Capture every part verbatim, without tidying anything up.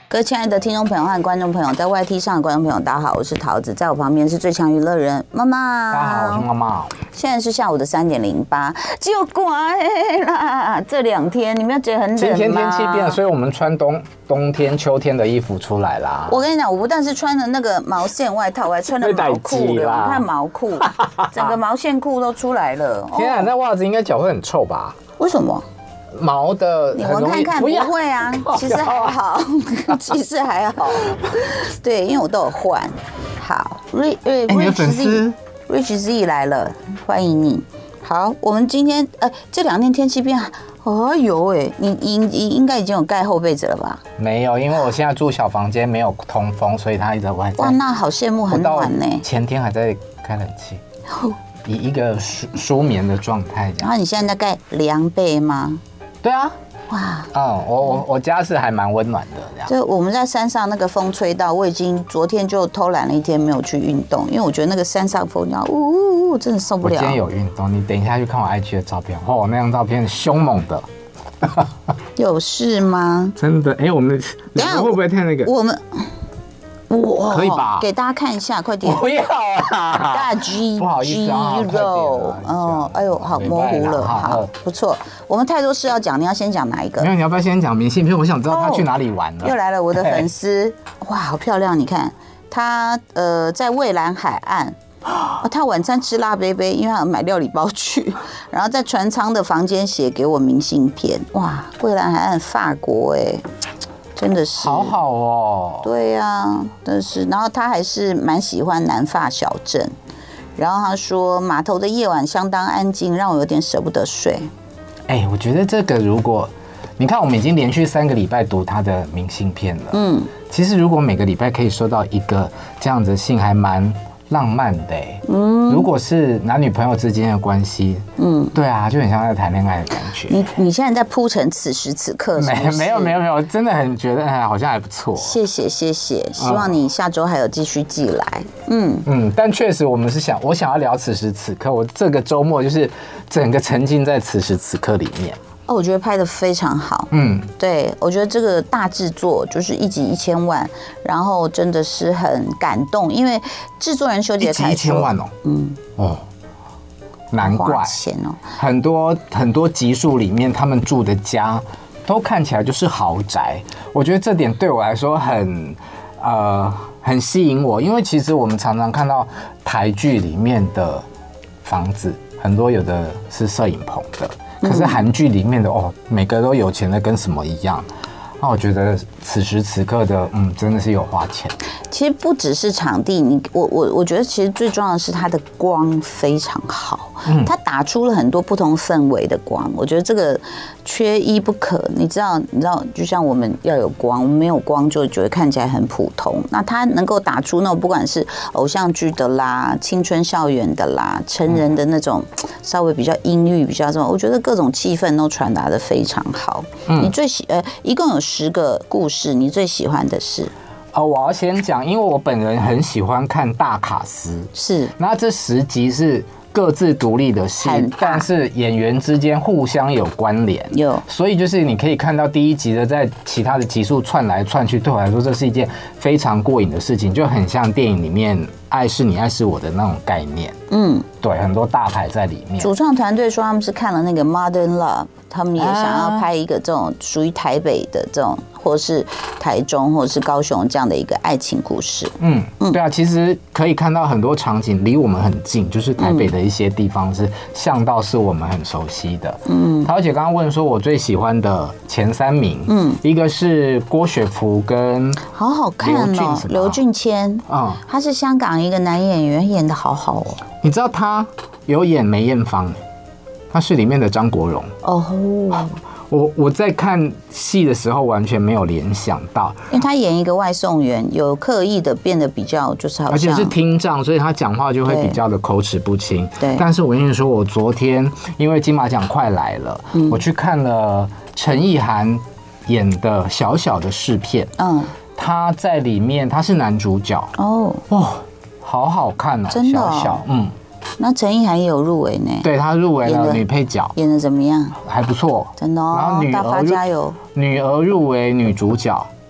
各位亲爱的听众朋友和观众朋友，在 Y T 上的观众朋友，大家好，我是桃子，在我旁边是最强娱乐人妈妈。 大家好，我是妈妈。 现在是下午的三点零八，就乖啦。这两天你们要觉得很冷吗？ 今天天气变了，所以我们穿冬冬天、秋天的衣服出来啦。 我跟你讲，我不但是穿了那个毛线外套，我还穿了毛裤了。你看毛裤，整个毛线裤都出来了。 天啊，那袜子应该脚会很臭吧？ 为什么？ 毛的你闻看看，不会啊，其实还好，其实还好。对，因为我都有换。好 ，Rich Rich Z Rich Z 来了，欢迎你。好，我们今天呃这两天天气变，哦呦哎，你应应该已经有盖厚被子了吧？ 没有，因为我现在住小房间，没有通风，所以它一直外在。 哇，那好羡慕，很暖呢。 前天还在开冷气，以一个舒舒眠的状态。 然后你现在大概凉被吗？ 对啊， 哇， 嗯，我我我家是还蛮温暖的，这样。 就我们在山上那个风吹到，我已经昨天就偷懒了一天没有去运动，因为我觉得那个山上风，你知道，呜呜呜，真的受不了。 我今天有运动，你等一下去看我 I G 的照片，哦，那张照片凶猛的。 有事吗？ 真的，哎、欸，我们你们会不会看那个？ 我们。哇， 可以吧？ 给大家看一下，快点！ 不要啊！ 大 G 不好意思啊， G 肉，哦，哎呦，好模糊了，好，不错。我们太多事要讲，你要先讲哪一个？ 没有，你要不要先讲明信片？我想知道他去哪里玩了。 又来了，我的粉丝，哇，好漂亮！你看他呃，在蔚蓝海岸。哦，他晚餐吃辣杯杯，因为他有买料理包去，然后在船舱的房间写给我明信片。哇，蔚蓝海岸法国哎。真的是好好哦， 对呀、啊，真是。然后他还是蛮喜欢南法小镇，然后他说码头的夜晚相当安静，让我有点舍不得睡。 哎、欸，我觉得这个如果你看，我们已经连续三个礼拜读他的明信片了，嗯，其实如果每个礼拜可以收到一个这样子的信，还蛮浪漫的哎，嗯，如果是男女朋友之间的关系，嗯，对啊，就很像在谈恋爱的感觉。 你你现在在铺陈此时此刻是不是？ 没没有没有没有，真的很觉得哎，好像还不错。 谢谢谢谢，希望你下周还有继续寄来。嗯嗯，但确实我们是想，我想要聊此时此刻，我这个周末就是整个沉浸在此时此刻里面。 哦，我觉得拍得非常好。嗯，对，我觉得这个大制作就是一集一千万，然后真的是很感动，因为制作人修杰楷说， 一千万哦，嗯哦，难怪钱哦， 很多很多集数里面他们住的家都看起来就是豪宅，我觉得这点对我来说很呃很吸引我，因为其实我们常常看到台剧里面的房子，很多有的是摄影棚的。可是韩剧里面的哦，每个都有钱的跟什么一样，那我觉得此时此刻的嗯，真的是有花钱。 其实不只是场地，你我我我觉得其实最重要的是它的光非常好，嗯，它打出了很多不同氛围的光，我觉得这个缺一不可。你知道，你知道，就像我们要有光，我们没有光就觉得看起来很普通。那它能够打出那种不管是偶像剧的啦、青春校园的啦、成人的那种稍微比较阴郁、比较什么，我觉得各种气氛都传达的非常好。嗯，你最喜呃，一共有十个故事，你最喜欢的是？ 呃，我要先讲，因为我本人很喜欢看大卡司， 是。 那这十集是各自独立的戏，但是演员之间互相有关联， 有， 所以就是你可以看到第一集的在其他的集数串来串去，对我来说这是一件非常过瘾的事情，就很像电影里面爱是你爱是我的那种概念。嗯，对，很多大牌在里面。 主创团队说他们是看了那个《Modern Love》，他们也想要拍一个这种属于台北的这种，或是台中或者是高雄这样的一个爱情故事。嗯嗯，对啊，其实可以看到很多场景离我们很近，就是台北的一些地方是巷道是我们很熟悉的。嗯，桃姐刚刚问说我最喜欢的前三名，嗯，一个是郭雪芙跟好好看哦，刘俊谦，嗯，他是香港一个男演员，演得好好哦。 你知道他有演梅艳芳，他是里面的张国荣哦。我我在看戏的时候完全没有联想到， 因为他演一个外送员，有刻意的变得比较就是好像， 而且是听障，所以他讲话就会比较的口齿不清。 对， 但是我跟你说，我昨天因为金马奖快来了，嗯、我去看了陈意涵演的小小的试片，嗯，他在里面他是男主角哦，哇，好好看哦， 真的、哦， 小小嗯。 那陈意涵也有入围呢， 对，她入围了女配角， 演的怎么样？ 还不错， 真的哦。 然后女儿大发加油， 女儿入围女主角，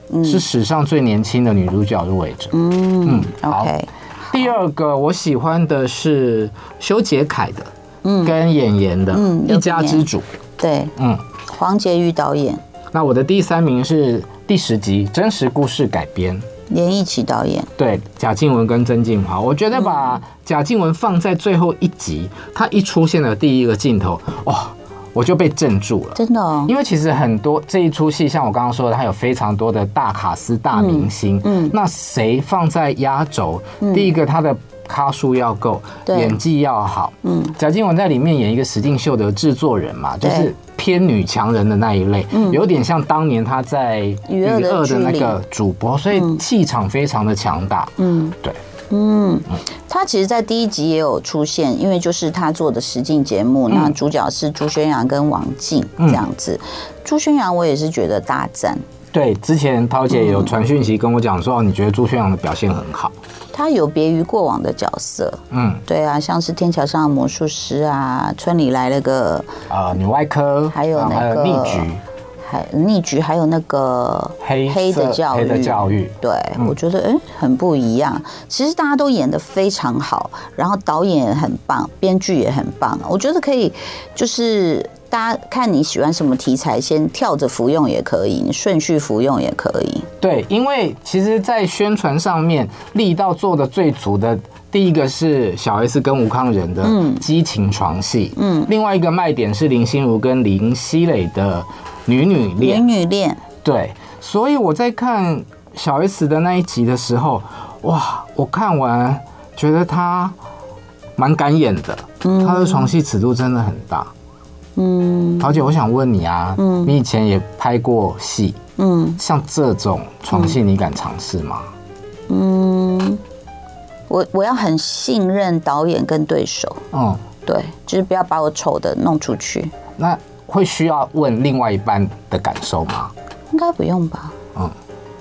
是史上最年轻的女主角入围者。 嗯嗯 ，OK。 第二个我喜欢的是修杰楷的，嗯，跟演员的《一家之主》。 对，嗯，黄洁瑜导演。 那我的第三名是第十集真实故事改编， 连奕琦导演。 对，贾静雯跟曾敬骅，我觉得把贾静雯放在最后一集，她一出现的第一个镜头，哇！我就被镇住了， 真的哦。 因为其实很多这一出戏，像我刚刚说的，它有非常多的大卡司、大明星。嗯，那谁放在压轴？嗯、第一个，他的咖数要够，演技要好。嗯，贾静雯在里面演一个实境秀的制作人嘛，就是偏女强人的那一类，嗯、有点像当年她在《 娱乐的那个主播，所以气场非常的强大。嗯，对。 嗯，他其实，在第一集也有出现，因为就是他做的实境节目，嗯、那主角是朱轩洋跟王静这样子。嗯、朱轩洋我也是觉得大赞。 对，之前涛姐有传讯息跟我讲说，哦，你觉得朱轩洋的表现很好。 他有别于过往的角色，嗯，对啊，像是《天桥上的魔术师》啊，《村里来了个呃女外科》， 还有那个逆局。还逆局，还有那个黑黑的教育， 黑的教育， 对、嗯、我觉得哎、欸、很不一样。其实大家都演得非常好，然后导演也很棒，编剧也很棒。我觉得可以，就是大家看你喜欢什么题材，先跳着服用也可以，你顺序服用也可以。 对，因为其实，在宣传上面力道做的最足的。第一个是小 S 跟吴慷仁的激情床戏，嗯，另外一个卖点是林心如跟林熙蕾的女女恋， 女女恋， 对，所以我在看小 S 的那一集的时候，哇，我看完觉得她蛮敢演的，嗯、她的床戏尺度真的很大，嗯，桃姐，我想问你啊，嗯、你以前也拍过戏，嗯，像这种床戏你敢尝试吗？ 嗯。我我要很信任导演跟对手，嗯，对，就是不要把我丑的弄出去。 那会需要问另外一半的感受吗？ 应该不用吧。嗯，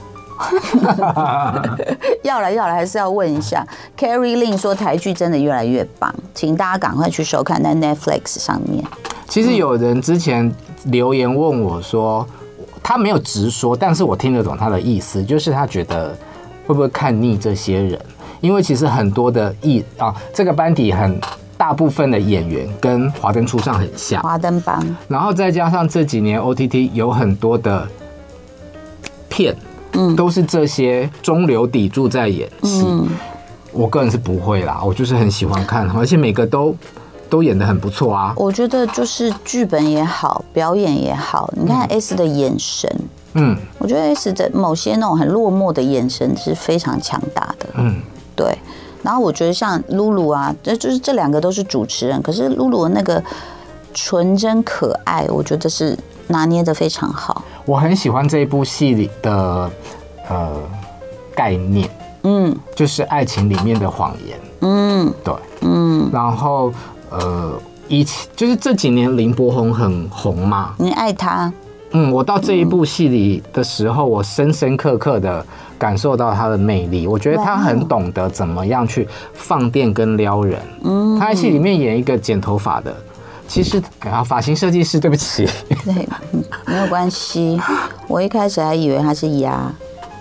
要来要来还是要问一下。Carrie Lin 说台剧真的越来越棒，请大家赶快去收看在 Netflix 上面。 其实有人之前留言问我说，他没有直说，但是我听得懂他的意思，就是他觉得会不会看腻这些人。因为其实很多的艺啊，这个班底很大部分的演员跟《华灯初上》很像， 华灯帮， 然后再加上这几年 O T T 有很多的片，嗯，都是这些中流砥柱在演戏。嗯、我个人是不会啦，我就是很喜欢看，而且每个都都演得很不错啊。 我觉得就是剧本也好，表演也好，你看 S 的眼神。嗯，我觉得 S 的某些那种很落寞的眼神是非常强大的。嗯。对，然后我觉得像露露啊，这就是这两个都是主持人，可是露露的那个纯真可爱，我觉得是拿捏得非常好。 我很喜欢这一部戏里的呃概念，嗯，就是爱情里面的谎言，嗯，对，嗯，然后呃，以前就是这几年林柏宏很红嘛， 你爱他。 嗯，我到这一部戏里的时候，我深深刻刻的感受到他的魅力。我觉得他很懂得怎么样去放电跟撩人。嗯，他在戏里面演一个剪头发的，其实啊，发型设计师，对不起， 对，没有关系。我一开始还以为他是鸭。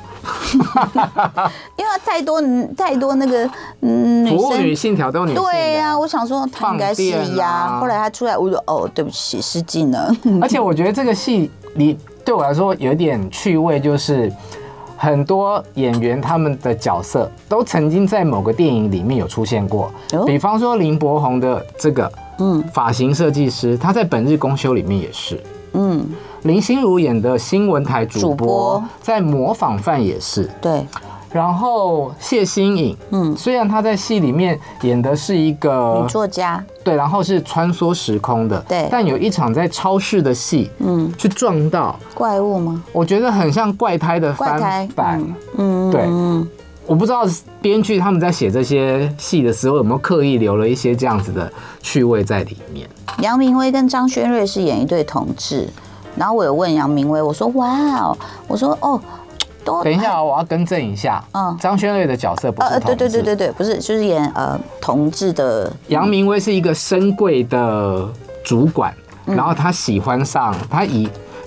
因为太多太多那个嗯女生服务女性挑逗女性， 对呀、啊，我想说他应该是鸭、啊，后来他出来，我就哦，对不起，失敬了。 而且我觉得这个戏里对我来说有点趣味，就是很多演员他们的角色都曾经在某个电影里面有出现过，哦、比方说林柏宏的这个嗯发型设计师，他在《本日公休》里面也是，嗯。林心如演的新闻台主 播, 主播在模仿犯也是对， 然后谢欣颖，嗯，虽然她在戏里面演的是一个女作家， 对，然后是穿梭时空的， 对， 但有一场在超市的戏，嗯，去撞到怪物吗？ 我觉得很像怪胎的翻版，嗯，对，嗯，我不知道编剧他们在写这些戏的时候有没有刻意留了一些这样子的趣味在里面。 杨明威跟张轩睿是演一对同志。然后我有问杨明威，我说哇哦，我说哦，都等一下，我要更正一下，嗯，张轩睿的角色不是同志， 呃，对对对对对，不是，就是演呃同志的。 杨明威是一个深柜的主管，嗯、然后他喜欢上他以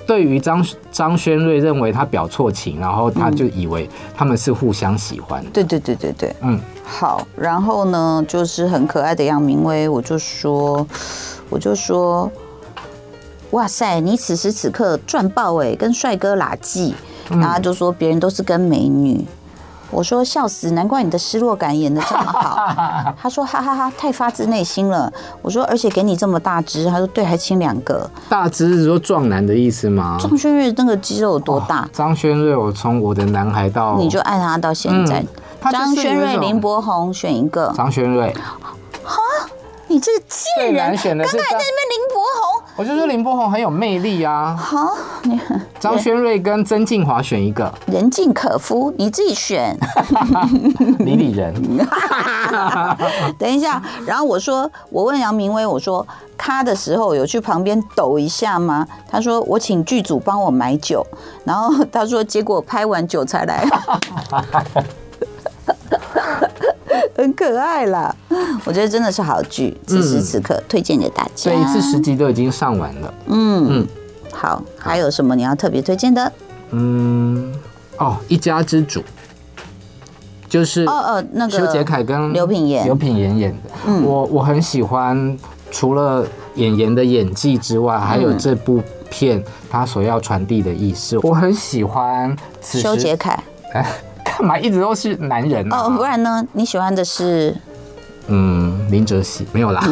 对于张张轩瑞认为他表错情，然后他就以为他们是互相喜欢的。 对对对对对， 嗯， 好，然后呢，就是很可爱的杨明威，我就说，我就说，哇塞，你此时此刻赚爆哎，跟帅哥拉鸡，然后他就说别人都是跟美女。我说笑死，难怪你的失落感演得这么好。他说哈哈哈，太发自内心了。我说而且给你这么大只，他说对，还亲两个。 大只是说壮男的意思吗？ 张轩瑞那个肌肉有多大？ 张轩瑞，我从我的男孩到你就爱他到现在。张轩瑞、林柏宏选一个。 张轩瑞。 哈，你这个贱人！刚才还在那边林柏宏， 我就说林柏宏很有魅力啊。 好，你张轩瑞跟曾敬骅选一个， 人尽可夫，你自己选。 李李仁。 等一下，然后我说，我问杨明威，我说咖的时候有去旁边抖一下吗？他说我请剧组帮我买酒，然后他说结果拍完酒才来。很可爱啦，我觉得真的是好剧，此时此刻推荐给大家。 对，一次十集都已经上完了。 嗯嗯，好，还有什么你要特别推荐的？ 嗯，哦，一家之主，就是哦呃那个修杰楷跟刘品言刘品言演的。嗯，我我很喜欢，除了演员的演技之外，还有这部片他所要传递的意思。我很喜欢此时修杰楷。 干嘛一直都是男人啊？ 哦，不然呢？你喜欢的是？ 嗯，林哲熹没有啦。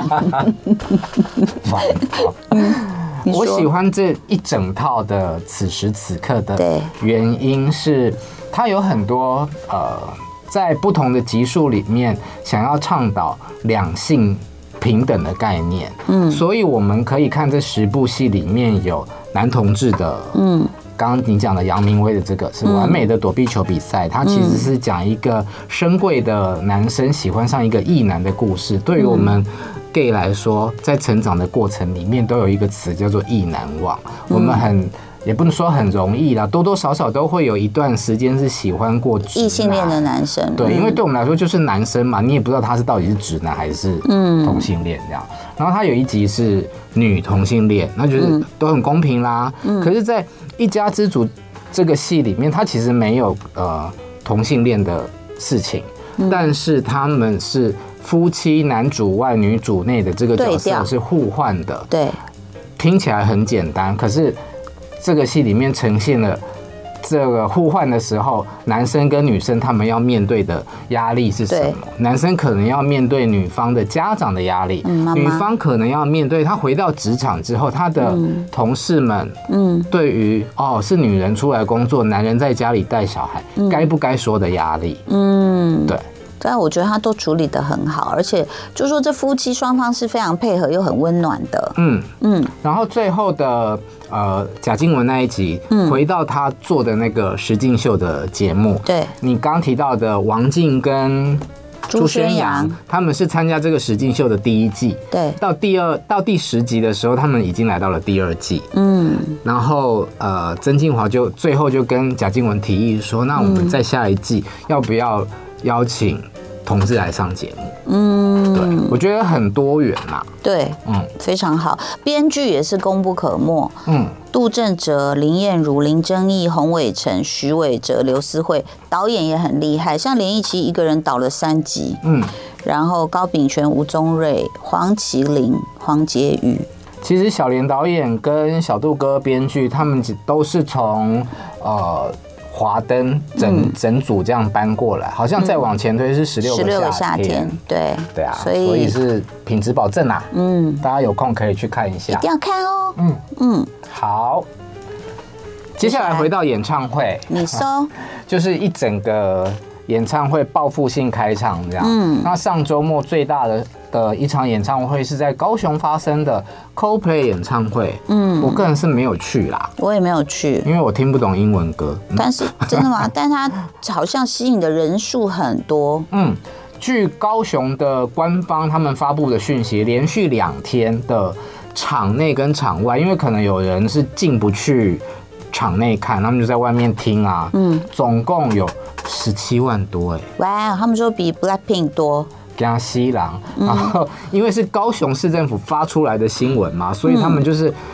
我喜欢这一整套的此时此刻的原因是，它有很多呃，在不同的集数里面想要倡导两性平等的概念。嗯，所以我们可以看这十部戏里面有男同志的，嗯。刚刚你讲的杨明威的这个是完美的躲避球比赛，它其实是讲一个深贵的男生喜欢上一个异男的故事。对于我们 gay 来说，在成长的过程里面都有一个词叫做异男忘。我们很也不能说很容易啦，多多少少都会有一段时间是喜欢过异性恋的男生。 对，因为对我们来说就是男生嘛，你也不知道他是到底是直男还是同性恋这样。然后他有一集是女同性恋，那就是都很公平啦。可是，在一家之主这个戏里面，他其实没有呃同性恋的事情，但是他们是夫妻，男主外女主内的这个角色是互换的。对，听起来很简单，可是这个戏里面呈现了这个互换的时候，男生跟女生他们要面对的压力是什么？男生可能要面对女方的家长的压力，嗯、女方可能要面对他回到职场之后，他的同事们，嗯，对于哦是女人出来工作，男人在家里带小孩，该不该说的压力，嗯，对。 但我觉得他都处理得很好，而且就说这夫妻双方是非常配合又很温暖的。嗯嗯。然后最后的呃贾静雯那一集，嗯、回到他做的那个实境秀的节目， 对， 你刚提到的王静跟朱宣阳，他们是参加这个实境秀的第一季， 对， 到第二到第十集的时候，他们已经来到了第二季。嗯，然后呃曾敬骅就最后就跟贾静雯提议说，那我们在下一季要不要邀请同志来上节目？嗯，对，我觉得很多元啦。 对，嗯，非常好。编剧也是功不可没。嗯，杜正哲、林燕如、林正义、洪伟成、徐伟哲、刘思慧，导演也很厉害，像连奕琦一个人导了三集。嗯，然后高秉权、吴宗瑞、黄麒麟、黄杰宇。 其实小连导演跟小杜哥编剧，他们都是从呃。华灯整整组这样搬过来，好像再往前推是十六个夏天， 对对啊，所以所以是品质保证啊，嗯，大家有空可以去看一下， 一定要看哦， 嗯嗯，好，接下来回到演唱会， 你说就是一整个演唱会报复性开场这样，嗯，那上周末最大的的一场演唱会是在高雄发生的 Coldplay 演唱会，嗯，我个人是没有去啦， 我也没有去， 因为我听不懂英文歌。 但是真的吗？但它好像吸引的人数很多。 嗯，据高雄的官方他们发布的讯息，连续两天的场内跟场外，因为可能有人是进不去场内看，他们就在外面听啊，嗯，总共有十七万多哎、欸， 哇，他们说比 Blackpink 多。 加西郎，然后因为是高雄市政府发出来的新闻嘛，所以他们就是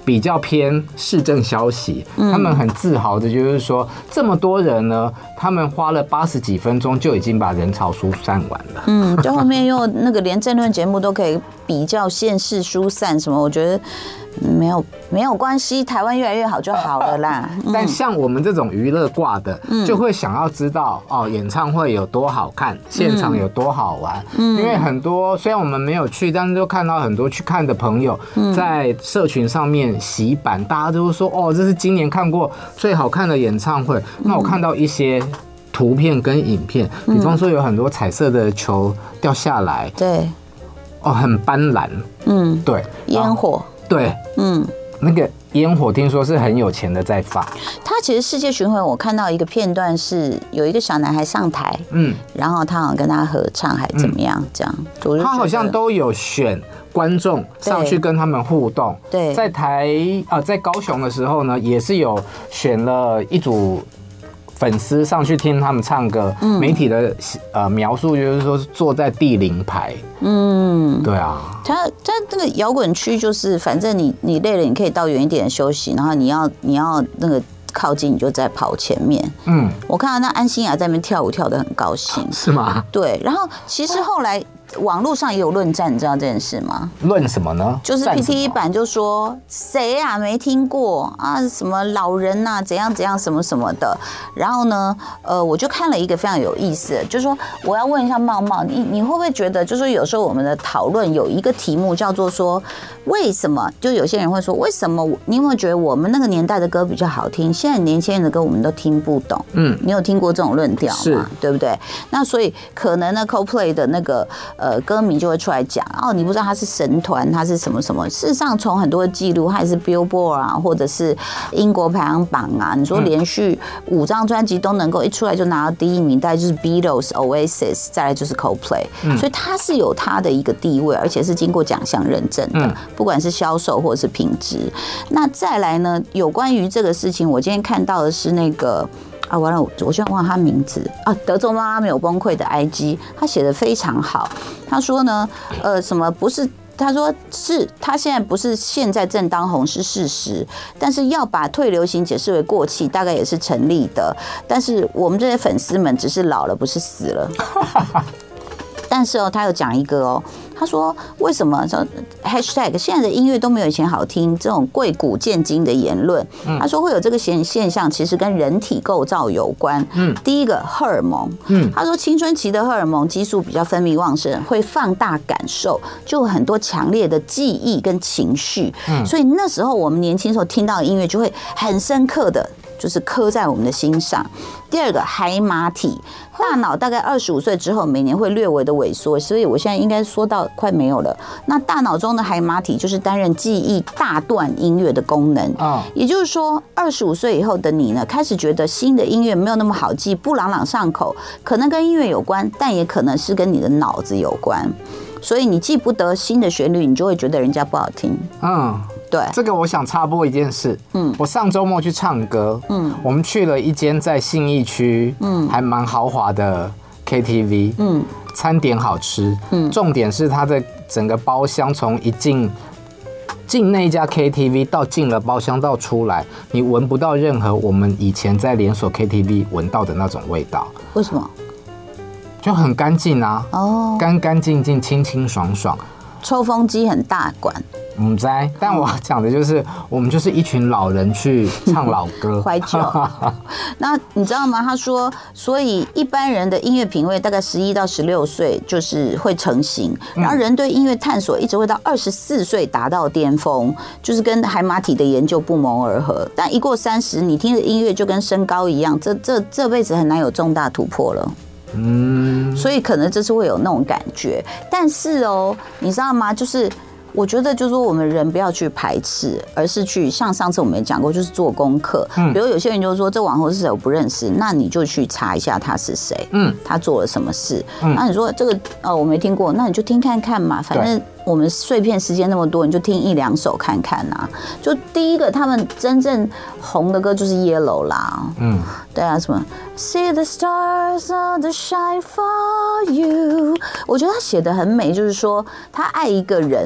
比较偏市政消息，嗯、他们很自豪的就是说，这么多人呢，他们花了八十几分钟就已经把人潮疏散完了。 嗯，就后面又那个连政论节目都可以比较县市疏散什么，我觉得。没有没有关系，台湾越来越好就好了啦。 嗯、但像我们这种娱乐挂的，嗯、就会想要知道哦，演唱会有多好看，现场有多好玩。嗯、因为很多虽然我们没有去，但是就看到很多去看的朋友在社群上面洗版，大家都说哦，这是今年看过最好看的演唱会。那我看到一些图片跟影片，比方说有很多彩色的球掉下来， 对， 哦，很斑斓，嗯，对， 烟火。 对，嗯，那个烟火听说是很有钱的在发。 他其实世界巡回，我看到一个片段是有一个小男孩上台，嗯，然后他好像跟他合唱还怎么样，这样。嗯、 他好像都有选观众上去跟他们互动。 对， 在台呃在高雄的时候呢，也是有选了一组。粉丝上去听他们唱歌，嗯、媒体的呃描述就是说是坐在第零排，嗯，对啊， 他他那个摇滚区就是，反正你你累了，你可以到远一点休息，然后你要你要那个靠近，你就在跑前面。嗯，我看到那安心亚在那边跳舞跳得很高兴， 是吗？ 对，然后其实后来。网络上也有论战，你知道这件事吗？ 论什么呢？ 就是 P T T 版就说谁啊没听过啊，什么老人呐、啊，怎样怎样什么什么的。然后呢，呃，我就看了一个非常有意思的，就是说我要问一下茂茂，你你会不会觉得，就是有时候我们的讨论有一个题目叫做说为什么？就有些人会说为什么？你有没有觉得我们那个年代的歌比较好听，现在年轻人的歌我们都听不懂？嗯，你有听过这种论调吗？对不对？那所以可能呢 ，Coldplay 的那个。呃，歌迷就会出来讲哦，你不知道他是神团，他是什么什么。事实上，从很多的记录，他也是 Billboard 啊，或者是英国排行榜啊，你说连续五张专辑都能够一出来就拿到第一名，大概就是 Beatles、Oasis， 再来就是 Coldplay，、嗯、所以他是有他的一个地位，而且是经过奖项认证的，嗯、不管是销售或者是品质。那再来呢，有关于这个事情，我今天看到的是那个。啊，完了，我我居然忘了他名字啊！德州妈妈没有崩溃的 I G， 他写的非常好。他说呢，呃，什么不是？他说是，他现在不是现在正当红是事实，但是要把退流行解释为过气，大概也是成立的。但是我们这些粉丝们只是老了，不是死了。但是哦，他有讲一个哦，他说为什么说 hashtag 现在的音乐都没有以前好听，这种贵古见今的言论，他说会有这个现现象，其实跟人体构造有关。嗯，第一个荷尔蒙，嗯，他说青春期的荷尔蒙激素比较分泌旺盛，会放大感受，就有很多强烈的记忆跟情绪。嗯，所以那时候我们年轻时候听到的音乐就会很深刻的。就是刻在我们的心上。第二个海马体，大脑大概二十五岁之后，每年会略微的萎缩，所以我现在应该说到快没有了。那大脑中的海马体就是担任记忆大段音乐的功能啊，也就是说，二十五岁以后的你呢，开始觉得新的音乐没有那么好记，不朗朗上口，可能跟音乐有关，但也可能是跟你的脑子有关。所以你记不得新的旋律，你就会觉得人家不好听。嗯。对， 这个我想插播一件事。嗯，我上周末去唱歌，嗯，我们去了一间在信义区，嗯，还蛮豪华的 K T V， 嗯，餐点好吃，嗯，重点是它的整个包厢从一进进那家 K T V 到进了包厢到出来，你闻不到任何我们以前在连锁 K T V 闻到的那种味道。 为什么？ 就很干净啊，哦，干干净净、清清爽爽。 抽风机很大管。 唔知，但我讲的就是，我们就是一群老人去唱老歌， 怀旧。那你知道吗？他说，所以一般人的音乐品味大概十一到十六岁就是会成型，然后人对音乐探索一直会到二十四岁达到巅峰，就是跟海马体的研究不谋而合。但一过三十，你听的音乐就跟身高一样，这这这辈子很难有重大突破了。嗯，所以可能这是会有那种感觉，但是哦，你知道吗？就是。我觉得就是说，我们人不要去排斥，而是去像上次我们也讲过，就是做功课。嗯，比如有些人就说这网红是谁我不认识，那你就去查一下他是谁，嗯，他做了什么事。嗯，那你说这个呃我没听过，那你就听看看嘛，反正我们碎片时间那么多，你就听一两首看看啊。就第一个他们真正红的歌就是 Yellow 啦，嗯，对啊，什么 See the stars that shine for you， 我觉得他写得很美，就是说他爱一个人。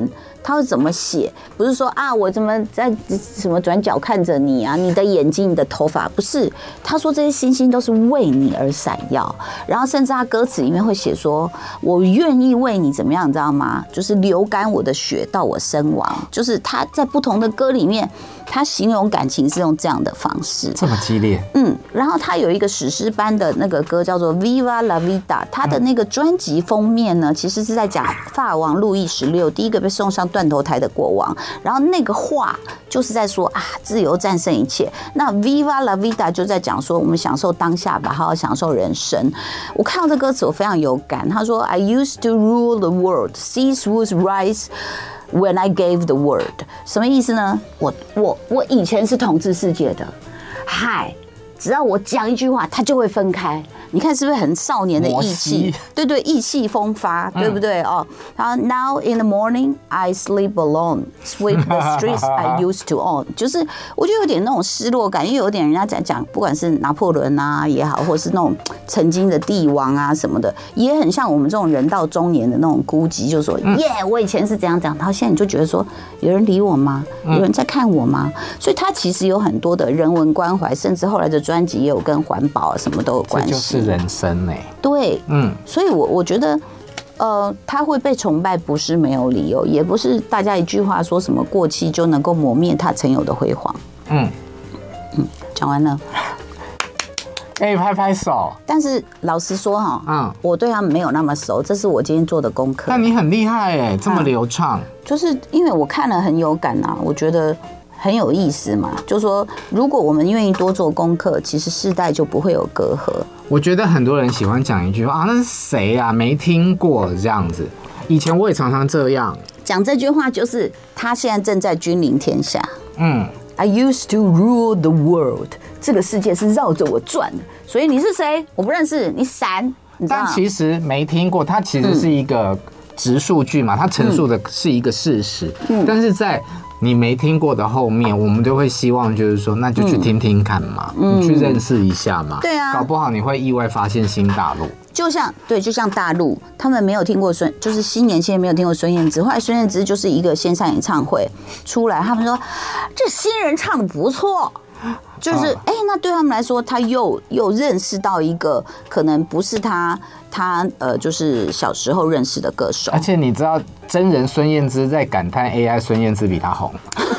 他会怎么写？不是说啊，我怎么在什么转角看着你啊，你的眼睛、你的头发，不是。他说这些星星都是为你而闪耀，然后甚至他歌词里面会写说，我愿意为你怎么样，你知道吗？就是流干我的血到我身亡。就是他在不同的歌里面，他形容感情是用这样的方式， 这么激烈。 嗯，然后他有一个史诗般的那个歌叫做《Viva la Vida》，他的那个专辑封面呢，其实是在讲法王路易十六第一个被送上断头台的国王，然后那个画就是在说啊，自由战胜一切。那 Viva la Vida 就在讲说，我们享受当下吧，好好享受人生。我看到这歌词，我非常有感。他说 I used to rule the world, seas would rise when I gave the word。 什么意思呢？我我我以前是统治世界的，嗨，只要我讲一句话，它就会分开。你看是不是很少年的意气？对对，意气风发，对不对？哦，他 Now in the morning I sleep alone, sweep the streets I used to own。就是我觉得有点那种失落感，因为有点人家在讲，不管是拿破仑啊也好，或是那种曾经的帝王啊什么的，也很像我们这种人到中年的那种孤寂，就说耶，我以前是怎样讲，然后现在你就觉得说，有人理我吗？有人在看我吗？所以他其实有很多的人文关怀，甚至后来的专辑也有跟环保啊什么都有关系。 人生呢、欸？ 对，嗯，所以我我觉得，呃，他会被崇拜不是没有理由，也不是大家一句话说什么过气就能够磨灭他曾有的辉煌。嗯嗯，讲完了， 可以拍拍手。 但是老实说哈，嗯，我对他们没有那么熟，这是我今天做的功课。 但你很厉害哎，这么流畅、啊。 就是因为我看了很有感啊，我觉得很有意思嘛。就是说，如果我们愿意多做功课，其实世代就不会有隔阂。 我觉得很多人喜欢讲一句话啊，那是谁啊？没听过这样子。以前我也常常这样讲这句话，就是他现在正在君临天下。嗯 ，I used to rule the world， 这个世界是绕着我转的。所以你是谁？我不认识，你闪。你但其实没听过，它其实是一个直数据嘛，它陈述的是一个事实。嗯、但是在你没听过的后面，我们就会希望就是说，那就去听听看嘛，嗯、你去认识一下嘛。 对啊， 搞不好你会意外发现新大陆。 就像对，就像大陆，他们没有听过孙，就是新年轻人没有听过孙燕姿。后来孙燕姿就是一个线上演唱会出来，他们说这新人唱的不错。就是哎、欸，那对他们来说，他又又认识到一个可能不是他他呃，就是小时候认识的歌手。 而且你知道，真人孙燕姿在感叹 A I 孙燕姿比他红。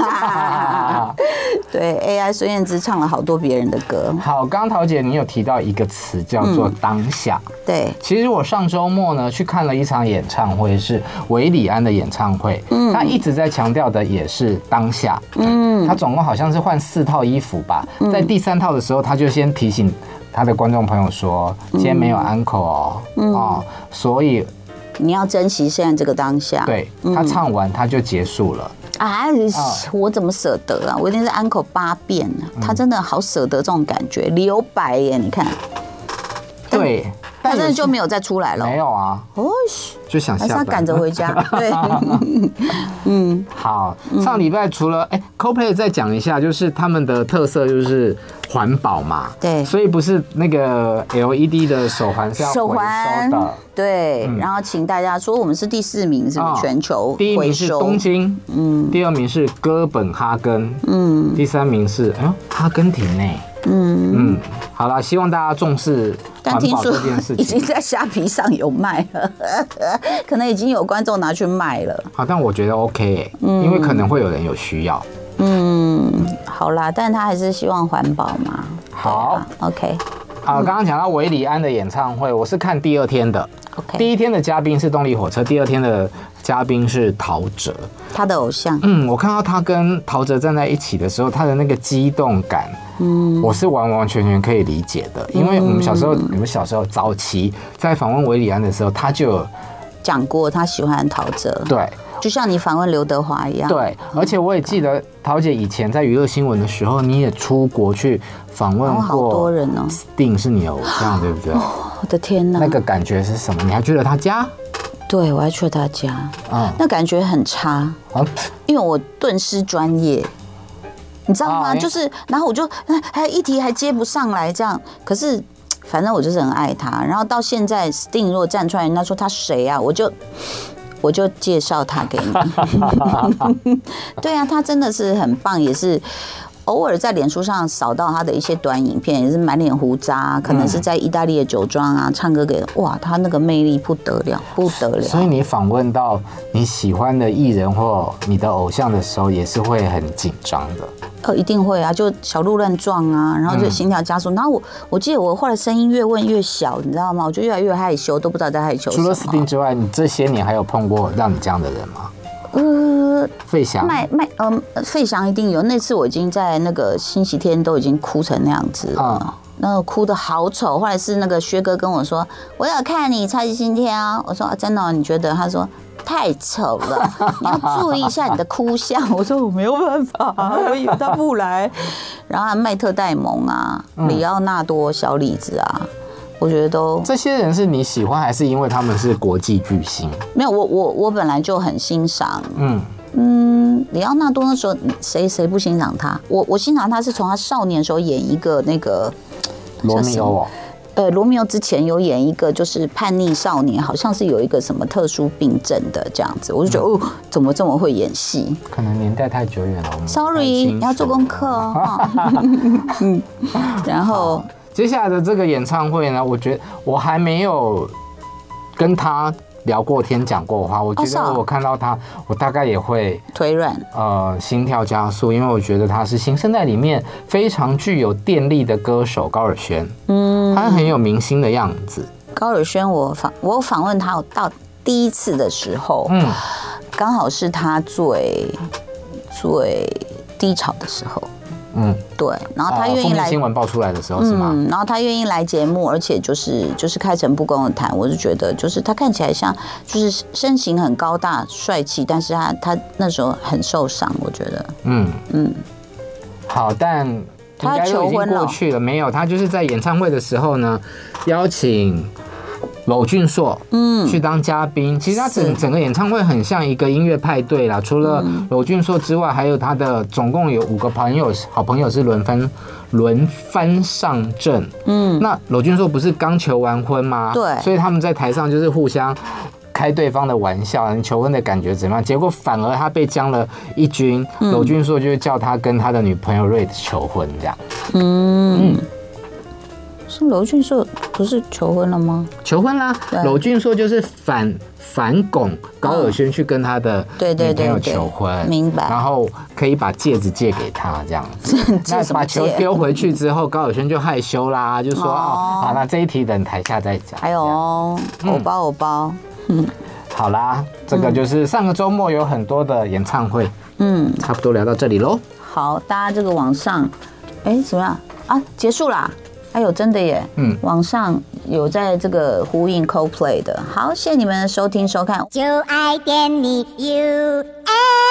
对 ，A I 孙燕姿唱了好多别人的歌。 好，刚刚桃姐你有提到一个词叫做当下。嗯、 对， 其实我上周末呢去看了一场演唱会，是韦礼安的演唱会。嗯，他一直在强调的也是当下。嗯，他总共好像是换四套衣服吧。在第三套的时候，他就先提醒他的观众朋友说：“今天没有 uncle 哦，嗯、哦，所以你要珍惜现在这个当下。” 对，他唱完他就结束了。 啊，我怎么舍得啊？我一定是 uncle 八遍啊！他真的好舍得这种感觉，留白耶！你看， 对， 他真的就没有再出来了。 没有啊，哦，就想下班， 还是他赶着回家。对， 嗯，好，上礼拜除了哎 ，Coldplay 再讲一下，就是他们的特色就是环保嘛， 对， 所以不是那个 L E D 的手环是要回收的。 对，嗯、然后请大家说我们是第四名，是不是全球回收？ 第一名是东京，嗯，第二名是哥本哈根，嗯，第三名是哎呦阿根廷呢，嗯嗯，好啦，希望大家重视环保这件事情。 已经在虾皮上有卖了，可能已经有观众拿去卖了。 好，但我觉得 OK，、欸嗯、因为可能会有人有需要。 嗯，好啦，但他还是希望环保嘛。 好 ，OK。 啊，刚刚讲到韦礼安的演唱会，我是看第二天的。 Okay. 第一天的嘉宾是动力火车，第二天的嘉宾是陶喆， 他的偶像。 嗯，我看到他跟陶喆站在一起的时候，他的那个激动感，嗯，我是完完全全可以理解的。因为我们小时候，你们小时候早期在访问韦礼安的时候，他就有讲过他喜欢陶喆。 对。 就像你访问刘德华一样。 对，而且我也记得陶姐以前在娱乐新闻的时候，你也出国去访问过。 好多人哦。 Sting 是你的偶像，对不对？ 我的天哪！ 那个感觉是什么？你还去了他家？ 对，我还去了他家。嗯，那感觉很差，啊、因为我顿失专业，你知道吗？啊、就是，然后我就还一题还接不上来，这样。可是，反正我就是很爱他。然后到现在，Sting 如果站出来，人家说他谁啊，我就。 我就介绍他给你。对啊，他真的是很棒，也是。偶尔在脸书上扫到他的一些短影片，也是满脸胡渣，可能是在意大利的酒庄啊唱歌给，哇，他那个魅力不得了，不得了。 所以你访问到你喜欢的艺人或你的偶像的时候，也是会很紧张的。 呃，一定会啊，就小鹿乱撞啊，然后就心跳加速。然后我我记得我后来声音越问越小，你知道吗？我就越来越害羞，都不知道在害羞什么。 除了Sting之外，你这些年还有碰过让你这样的人吗？ 呃， 费翔， 麦麦，嗯，费翔一定有。那次我已经在那个星期天都已经哭成那样子了，嗯、那哭得好丑。后来是那个薛哥跟我说，我有看你超级星期天啊，我说、啊、真的、哦，你觉得？他说太丑了，你要注意一下你的哭相。我说我没有办法，我以为他不来。然后麦特戴蒙啊，里奥纳多、小李子啊。我觉得都这些人是你喜欢，还是因为他们是国际巨星？ 没有，我我我本来就很欣赏， 嗯嗯，里奥纳多那时候谁谁不欣赏他？我我欣赏他是从他少年的时候演一个那个罗密欧哦， 呃，罗密欧之前有演一个就是叛逆少年，好像是有一个什么特殊病症的这样子，我就觉得、嗯、哦，怎么这么会演戏？ 可能年代太久远了 ，sorry， 你要做功课哦。嗯，然后。 接下来的这个演唱会呢，我觉得我还没有跟他聊过天、讲过话。我觉得我看到他，我大概也会腿软， 呃，心跳加速，因为我觉得他是新生代里面非常具有电力的歌手高尔宣，嗯，他很有明星的样子。 高尔宣，我访我访问他到第一次的时候，嗯，刚好是他最最低潮的时候。嗯，对，然后他愿意来、 呃、新闻爆出来的时候是吗？ 嗯，然后他愿意来节目，而且就是就是开诚布公的谈，我就觉得就是他看起来像就是身形很高大帅气，但是他他那时候很受伤，我觉得，嗯嗯， 好，但应该都已经过去了，没有，他就是在演唱会的时候呢，邀请娄俊硕嗯去当嘉宾，其实他整整个演唱会很像一个音乐派对啦。除了娄俊硕之外，还有他的总共有五个朋友，好朋友是轮番轮番上阵。嗯，那娄俊硕不是刚求完婚吗？ 对， 所以他们在台上就是互相开对方的玩笑，你求婚的感觉怎么样？结果反而他被将了一军，娄俊硕就叫他跟他的女朋友瑞求婚这样。嗯。嗯是娄俊硕不是求婚了吗？ 求婚啦！娄俊硕就是反反拱高尔宣去跟他的女朋友求婚， 明白？ 然后可以把戒指借给他这样子。那把球丢回去之后，高尔宣就害羞啦，就说哦，好，那这一题等台下再讲。 还有哦，偶包偶包，嗯， 好啦，这个就是上个周末有很多的演唱会，嗯，差不多聊到这里喽。 好，大家这个网上，哎，怎么样啊？结束啦。还有真的耶，嗯，网上有在这个呼应 Coldplay 的。好，谢谢你们的收听收看，就爱点你 U F。